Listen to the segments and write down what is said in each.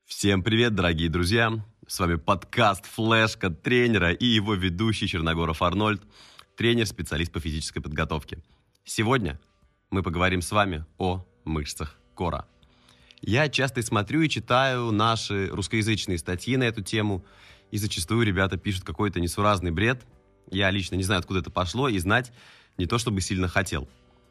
Всем привет, дорогие друзья! С вами подкаст «Флешка тренера» и его ведущий Черногоров Арнольд, тренер-специалист по физической подготовке. Сегодня мы поговорим с вами о мышцах кора. Я часто смотрю и читаю наши русскоязычные статьи на эту тему, и зачастую ребята пишут какой-то несуразный бред. Я лично не знаю, откуда это пошло, и знать не то чтобы сильно хотел.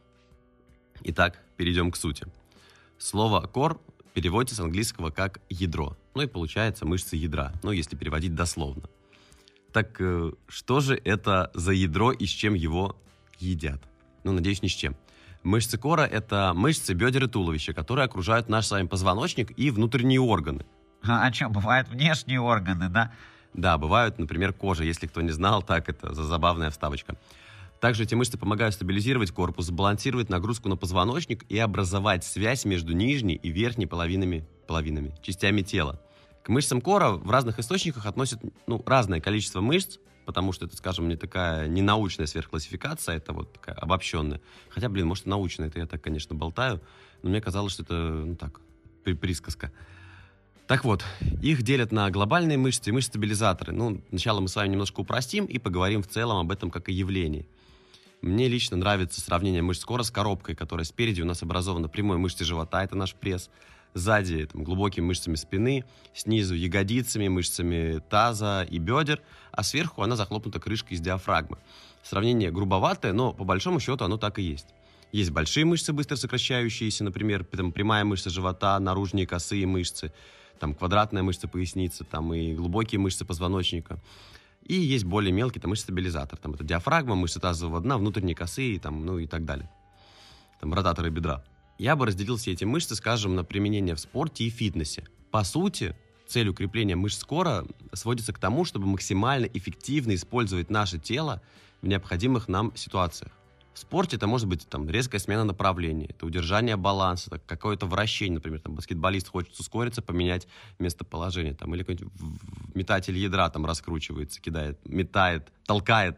Итак, перейдем к сути. Слово «кор» переводится с английского как «ядро». Ну и получается мышцы ядра, если переводить дословно. Так что же это за ядро и с чем его едят? Надеюсь, ни с чем. Мышцы кора – это мышцы бедер и туловища, которые окружают наш с вами позвоночник и внутренние органы. А что, бывают внешние органы, да? Да, бывают, например, кожа. Если кто не знал, так это забавная вставочка. Также эти мышцы помогают стабилизировать корпус, сбалансировать нагрузку на позвоночник и образовать связь между нижней и верхней половинами, частями тела. К мышцам кора в разных источниках относят разное количество мышц, потому что это, скажем, не такая ненаучная сверхклассификация, это вот такая обобщенная. Хотя, может, и научная, это я так, конечно, болтаю, но мне казалось, что это, присказка. Так вот, их делят на глобальные мышцы и мышцы-стабилизаторы. Сначала мы с вами немножко упростим и поговорим в целом об этом как о явлении. Мне лично нравится сравнение мышц кора с коробкой, которая спереди у нас образована прямой мышцей живота, это наш пресс, сзади глубокими мышцами спины, снизу ягодицами, мышцами таза и бедер, а сверху она захлопнута крышкой из диафрагмы. Сравнение грубоватое, но по большому счету оно так и есть. Есть большие мышцы, быстро сокращающиеся, например, прямая мышца живота, наружные косые мышцы, квадратная мышца поясницы, и глубокие мышцы позвоночника. И есть более мелкие, мышцы-стабилизатор. Это диафрагма, мышцы тазового дна, внутренние косые, и так далее. Ротаторы бедра. Я бы разделил все эти мышцы, скажем, на применение в спорте и фитнесе. По сути, цель укрепления мышц кора сводится к тому, чтобы максимально эффективно использовать наше тело в необходимых нам ситуациях. В спорте это может быть резкая смена направления, это удержание баланса, это какое-то вращение, например, баскетболист хочет ускориться, поменять местоположение, или какой-нибудь метатель ядра раскручивается, кидает, метает, толкает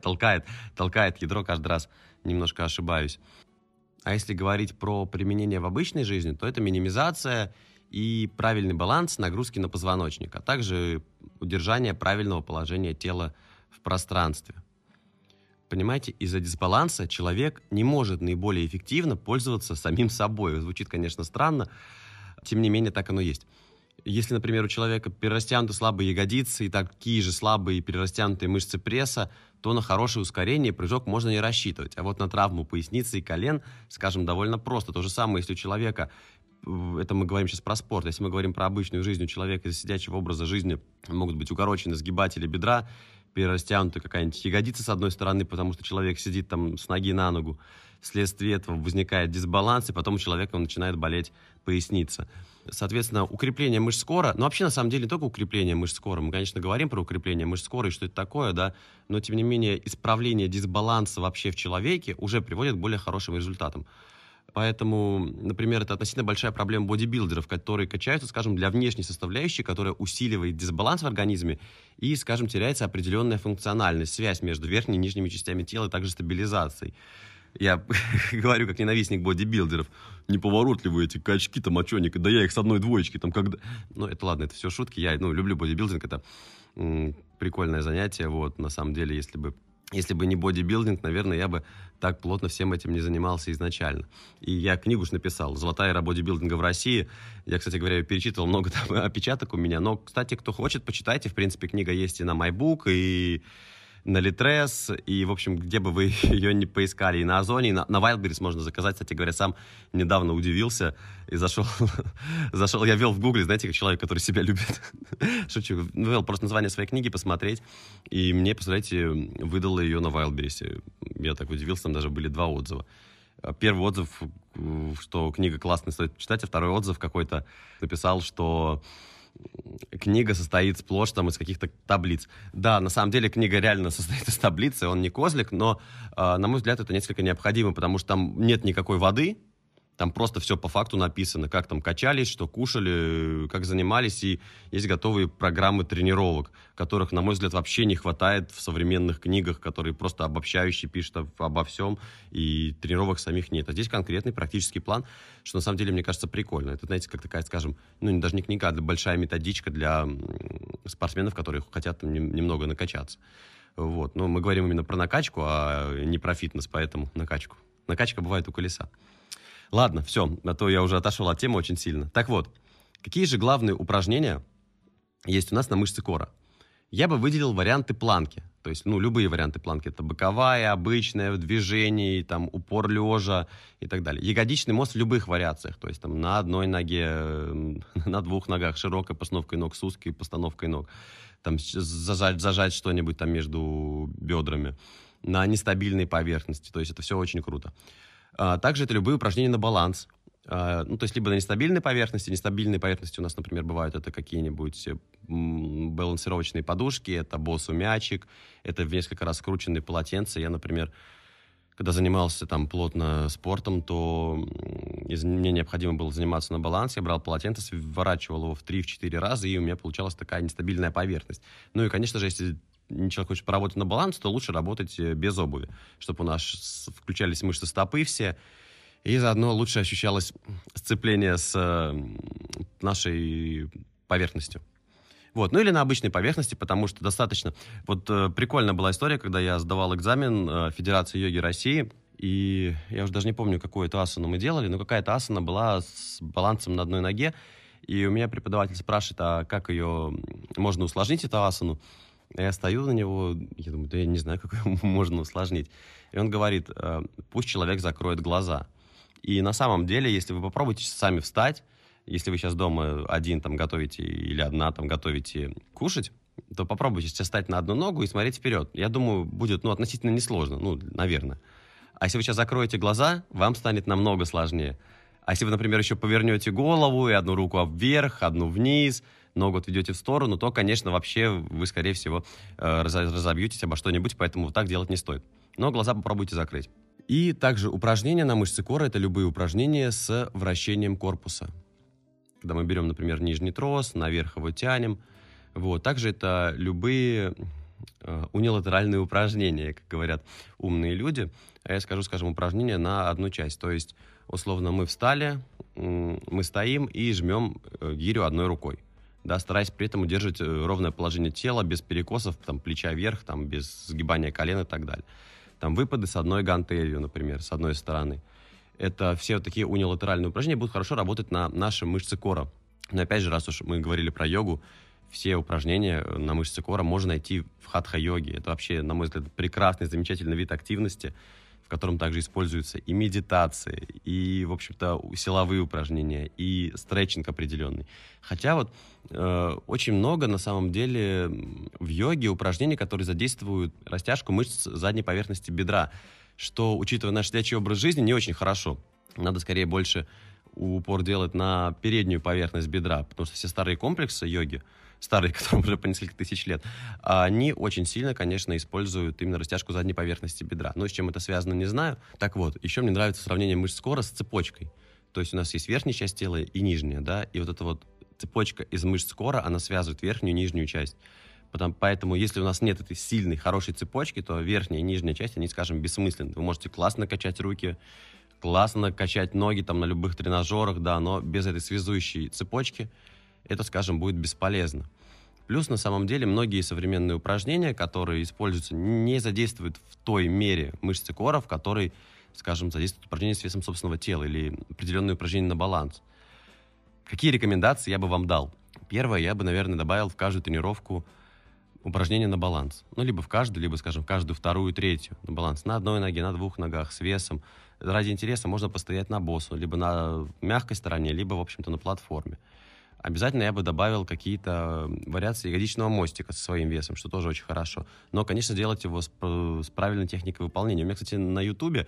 ядро, каждый раз немножко ошибаюсь. А если говорить про применение в обычной жизни, то это минимизация и правильный баланс нагрузки на позвоночник, а также удержание правильного положения тела в пространстве. Понимаете, из-за дисбаланса человек не может наиболее эффективно пользоваться самим собой. Звучит, конечно, странно, тем не менее так оно есть. Если, например, у человека перерастянуты слабые ягодицы и такие же слабые перерастянутые мышцы пресса, то на хорошее ускорение и прыжок можно не рассчитывать. А вот на травму поясницы и колен, скажем, довольно просто. То же самое, если у человека, это мы говорим сейчас про спорт, если мы говорим про обычную жизнь, у человека из-за сидячего образа жизни могут быть укорочены сгибатели бедра, перерастянутая какая-нибудь ягодица с одной стороны, потому что человек сидит с ноги на ногу. Вследствие этого возникает дисбаланс, и потом у человека начинает болеть поясница. Соответственно, укрепление мышц кора, вообще, на самом деле, не только укрепление мышц кора. Мы, конечно, говорим про укрепление мышц кора и что это такое, да, но, тем не менее, исправление дисбаланса вообще в человеке уже приводит к более хорошим результатам. Поэтому, например, это относительно большая проблема бодибилдеров, которые качаются, скажем, для внешней составляющей, которая усиливает дисбаланс в организме и, скажем, теряется определенная функциональность, связь между верхней и нижними частями тела, и также стабилизацией. Я говорю как ненавистник бодибилдеров. Неповоротливые эти качки, мочоника, да я их с одной двоечки, когда... это ладно, это все шутки. Я, люблю бодибилдинг, это прикольное занятие, на самом деле, если бы не бодибилдинг, наверное, я бы так плотно всем этим не занимался изначально. И я книгу ж написал «Золотая эра бодибилдинга в России». Я, кстати говоря, ее перечитывал, много опечаток у меня. Но, кстати, кто хочет, почитайте. В принципе, книга есть и на MyBook, и на Litres, и, в общем, где бы вы ее не поискали, и на Озоне, и на Wildberries можно заказать. Кстати говоря, сам недавно удивился и зашел, я ввел в Гугле, знаете, как человек, который себя любит. Шучу, ввел просто название своей книги посмотреть, и мне, представляете, выдало ее на Wildberries. Я так удивился, там даже были 2 отзыва. Первый отзыв, что книга классная, стоит почитать, а второй отзыв какой-то написал, что книга состоит сплошь из каких-то таблиц. Да, на самом деле книга реально состоит из таблиц, и он не козлик, но, на мой взгляд, это несколько необходимо, потому что там нет никакой воды, Там просто все по факту написано, как там качались, что кушали, как занимались, и есть готовые программы тренировок, которых, на мой взгляд, вообще не хватает в современных книгах, которые просто обобщающие пишут обо всем, и тренировок самих нет. А здесь конкретный практический план, что на самом деле, мне кажется, прикольно. Это, знаете, как такая, скажем, даже не книга, а большая методичка для спортсменов, которые хотят там немного накачаться. Вот. Но мы говорим именно про накачку, а не про фитнес, поэтому накачку. Накачка бывает у колеса. Ладно, все, а то я уже отошел от темы очень сильно. Так вот, какие же главные упражнения есть у нас на мышцы кора? Я бы выделил варианты планки. То есть, любые варианты планки. Это боковая, обычная, в движении, там, упор лежа и так далее. Ягодичный мост в любых вариациях. То есть, там, на одной ноге, на двух ногах, широкой постановкой ног, с узкой постановкой ног. Там, зажать что-нибудь там между бедрами. На нестабильной поверхности. То есть, это все очень круто. Также это любые упражнения на баланс. То есть либо на нестабильной поверхности. Нестабильные поверхности у нас, например, бывают это какие-нибудь балансировочные подушки, это боссу-мячик, это в несколько раз скрученные полотенца. Я, например, когда занимался там плотно спортом, то мне необходимо было заниматься на балансе. Я брал полотенце, сворачивал его в 3-4 раза, и у меня получалась такая нестабильная поверхность. Ну и, конечно же, если человек хочет поработать на баланс, то лучше работать без обуви, чтобы у нас включались мышцы стопы все, и заодно лучше ощущалось сцепление с нашей поверхностью. Вот. Или на обычной поверхности, потому что достаточно... Вот прикольная была история, когда я сдавал экзамен Федерации йоги России, и я уже даже не помню, какую это асану мы делали, но какая-то асана была с балансом на одной ноге, и у меня преподаватель спрашивает, а как ее можно усложнить, эту асану? Я стою на него, я думаю, да я не знаю, как ее можно усложнить. И он говорит, пусть человек закроет глаза. И на самом деле, если вы попробуете сами встать, если вы сейчас дома один там готовите или одна там готовите кушать, то попробуйте сейчас встать на одну ногу и смотреть вперед. Я думаю, будет относительно несложно, наверное. А если вы сейчас закроете глаза, вам станет намного сложнее. А если вы, например, еще повернете голову и одну руку вверх, одну вниз, ногу отведете в сторону, то, конечно, вообще вы, скорее всего, разобьетесь обо что-нибудь, поэтому так делать не стоит. Но глаза попробуйте закрыть. И также упражнения на мышцы кора – это любые упражнения с вращением корпуса. Когда мы берем, например, нижний трос, наверх его тянем. Вот. Также это любые унилатеральные упражнения, как говорят умные люди. А я скажу, упражнения на одну часть. То есть, условно, мы встали, мы стоим и жмем гирю одной рукой. Да, стараясь при этом удерживать ровное положение тела, без перекосов, там, плеча вверх, там, без сгибания колена и так далее. Там выпады с одной гантелью, например, с одной стороны. Это все вот такие унилатеральные упражнения будут хорошо работать на наши мышцы кора. Но опять же, раз уж мы говорили про йогу, все упражнения на мышцы кора можно найти в хатха-йоге. Это вообще, на мой взгляд, прекрасный, замечательный вид активности, в котором также используются и медитации, и, в общем-то, силовые упражнения, и стретчинг определенный. Хотя вот очень много, на самом деле, в йоге упражнений, которые задействуют растяжку мышц задней поверхности бедра, что, учитывая наш сидячий образ жизни, не очень хорошо. Надо скорее больше упор делать на переднюю поверхность бедра, потому что все старые комплексы йоги, старые, которым уже по несколько тысяч лет, они очень сильно, конечно, используют именно растяжку задней поверхности бедра. Но с чем это связано, не знаю. Так вот, еще мне нравится сравнение мышц кора с цепочкой. То есть у нас есть верхняя часть тела и нижняя, да, и вот эта вот цепочка из мышц кора, она связывает верхнюю и нижнюю часть. Поэтому, если у нас нет этой сильной, хорошей цепочки, то верхняя и нижняя часть, они, скажем, бессмысленны. Вы можете классно качать руки, классно качать ноги там на любых тренажерах, да, но без этой связующей цепочки это, скажем, будет бесполезно. Плюс, на самом деле, многие современные упражнения, которые используются, не задействуют в той мере мышцы кора, в которой, скажем, задействуют упражнения с весом собственного тела или определенные упражнения на баланс. Какие рекомендации я бы вам дал? Первое, я бы, наверное, добавил в каждую тренировку упражнения на баланс. Либо в каждую, либо, скажем, в каждую вторую, третью на баланс. На одной ноге, на двух ногах, с весом. Ради интереса можно постоять на боссу, либо на мягкой стороне, либо, в общем-то, на платформе. Обязательно я бы добавил какие-то вариации ягодичного мостика со своим весом, что тоже очень хорошо. Но, конечно, делать его с правильной техникой выполнения. У меня, кстати, на Ютубе,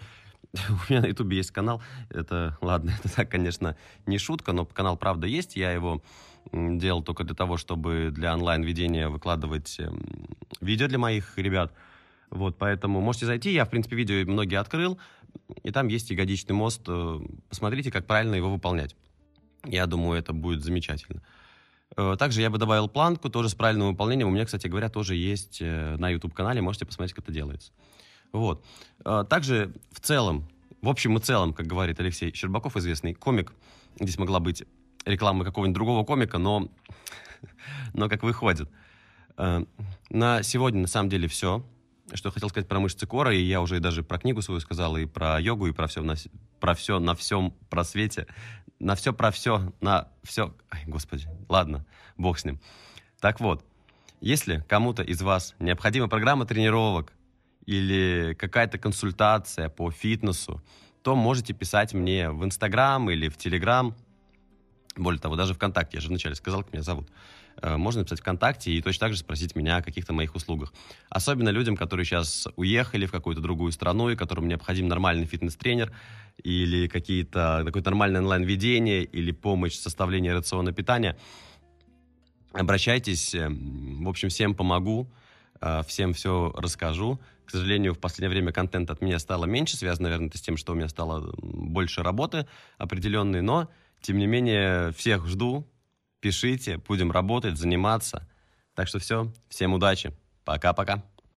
есть канал, это, ладно, это так, конечно, не шутка, но канал, правда, есть. Я его делал только для того, чтобы для онлайн-ведения выкладывать видео для моих ребят. Вот, поэтому можете зайти. Я, в принципе, видео многие открыл. и там есть ягодичный мост. Посмотрите, как правильно его выполнять. Я думаю, это будет замечательно. Также я бы добавил планку, тоже с правильным выполнением. У меня, кстати говоря, тоже есть на YouTube-канале, можете посмотреть, как это делается. Вот. Также в общем и целом, как говорит Алексей Щербаков, известный комик, здесь могла быть реклама какого-нибудь другого комика, но как выходит. На сегодня, на самом деле, все. Что я хотел сказать про мышцы кора, и я уже даже про книгу свою сказал, и про йогу, и про все на всем просвете. На все про все, на все... Ай, господи, ладно, бог с ним. Так вот, если кому-то из вас необходима программа тренировок или какая-то консультация по фитнесу, то можете писать мне в Инстаграм или в Телеграм. Более того, даже ВКонтакте, я же вначале сказал, как меня зовут. Можно написать ВКонтакте и точно так же спросить меня о каких-то моих услугах. Особенно людям, которые сейчас уехали в какую-то другую страну, и которым необходим нормальный фитнес-тренер или какое-то нормальное онлайн-ведение или помощь в составлении рациона питания. Обращайтесь. В общем, всем помогу, всем все расскажу. К сожалению, в последнее время контента от меня стало меньше, связано, наверное, это с тем, что у меня стало больше работы определенной, но, тем не менее, всех жду. Пишите, будем работать, заниматься. Так что все, всем удачи. Пока-пока.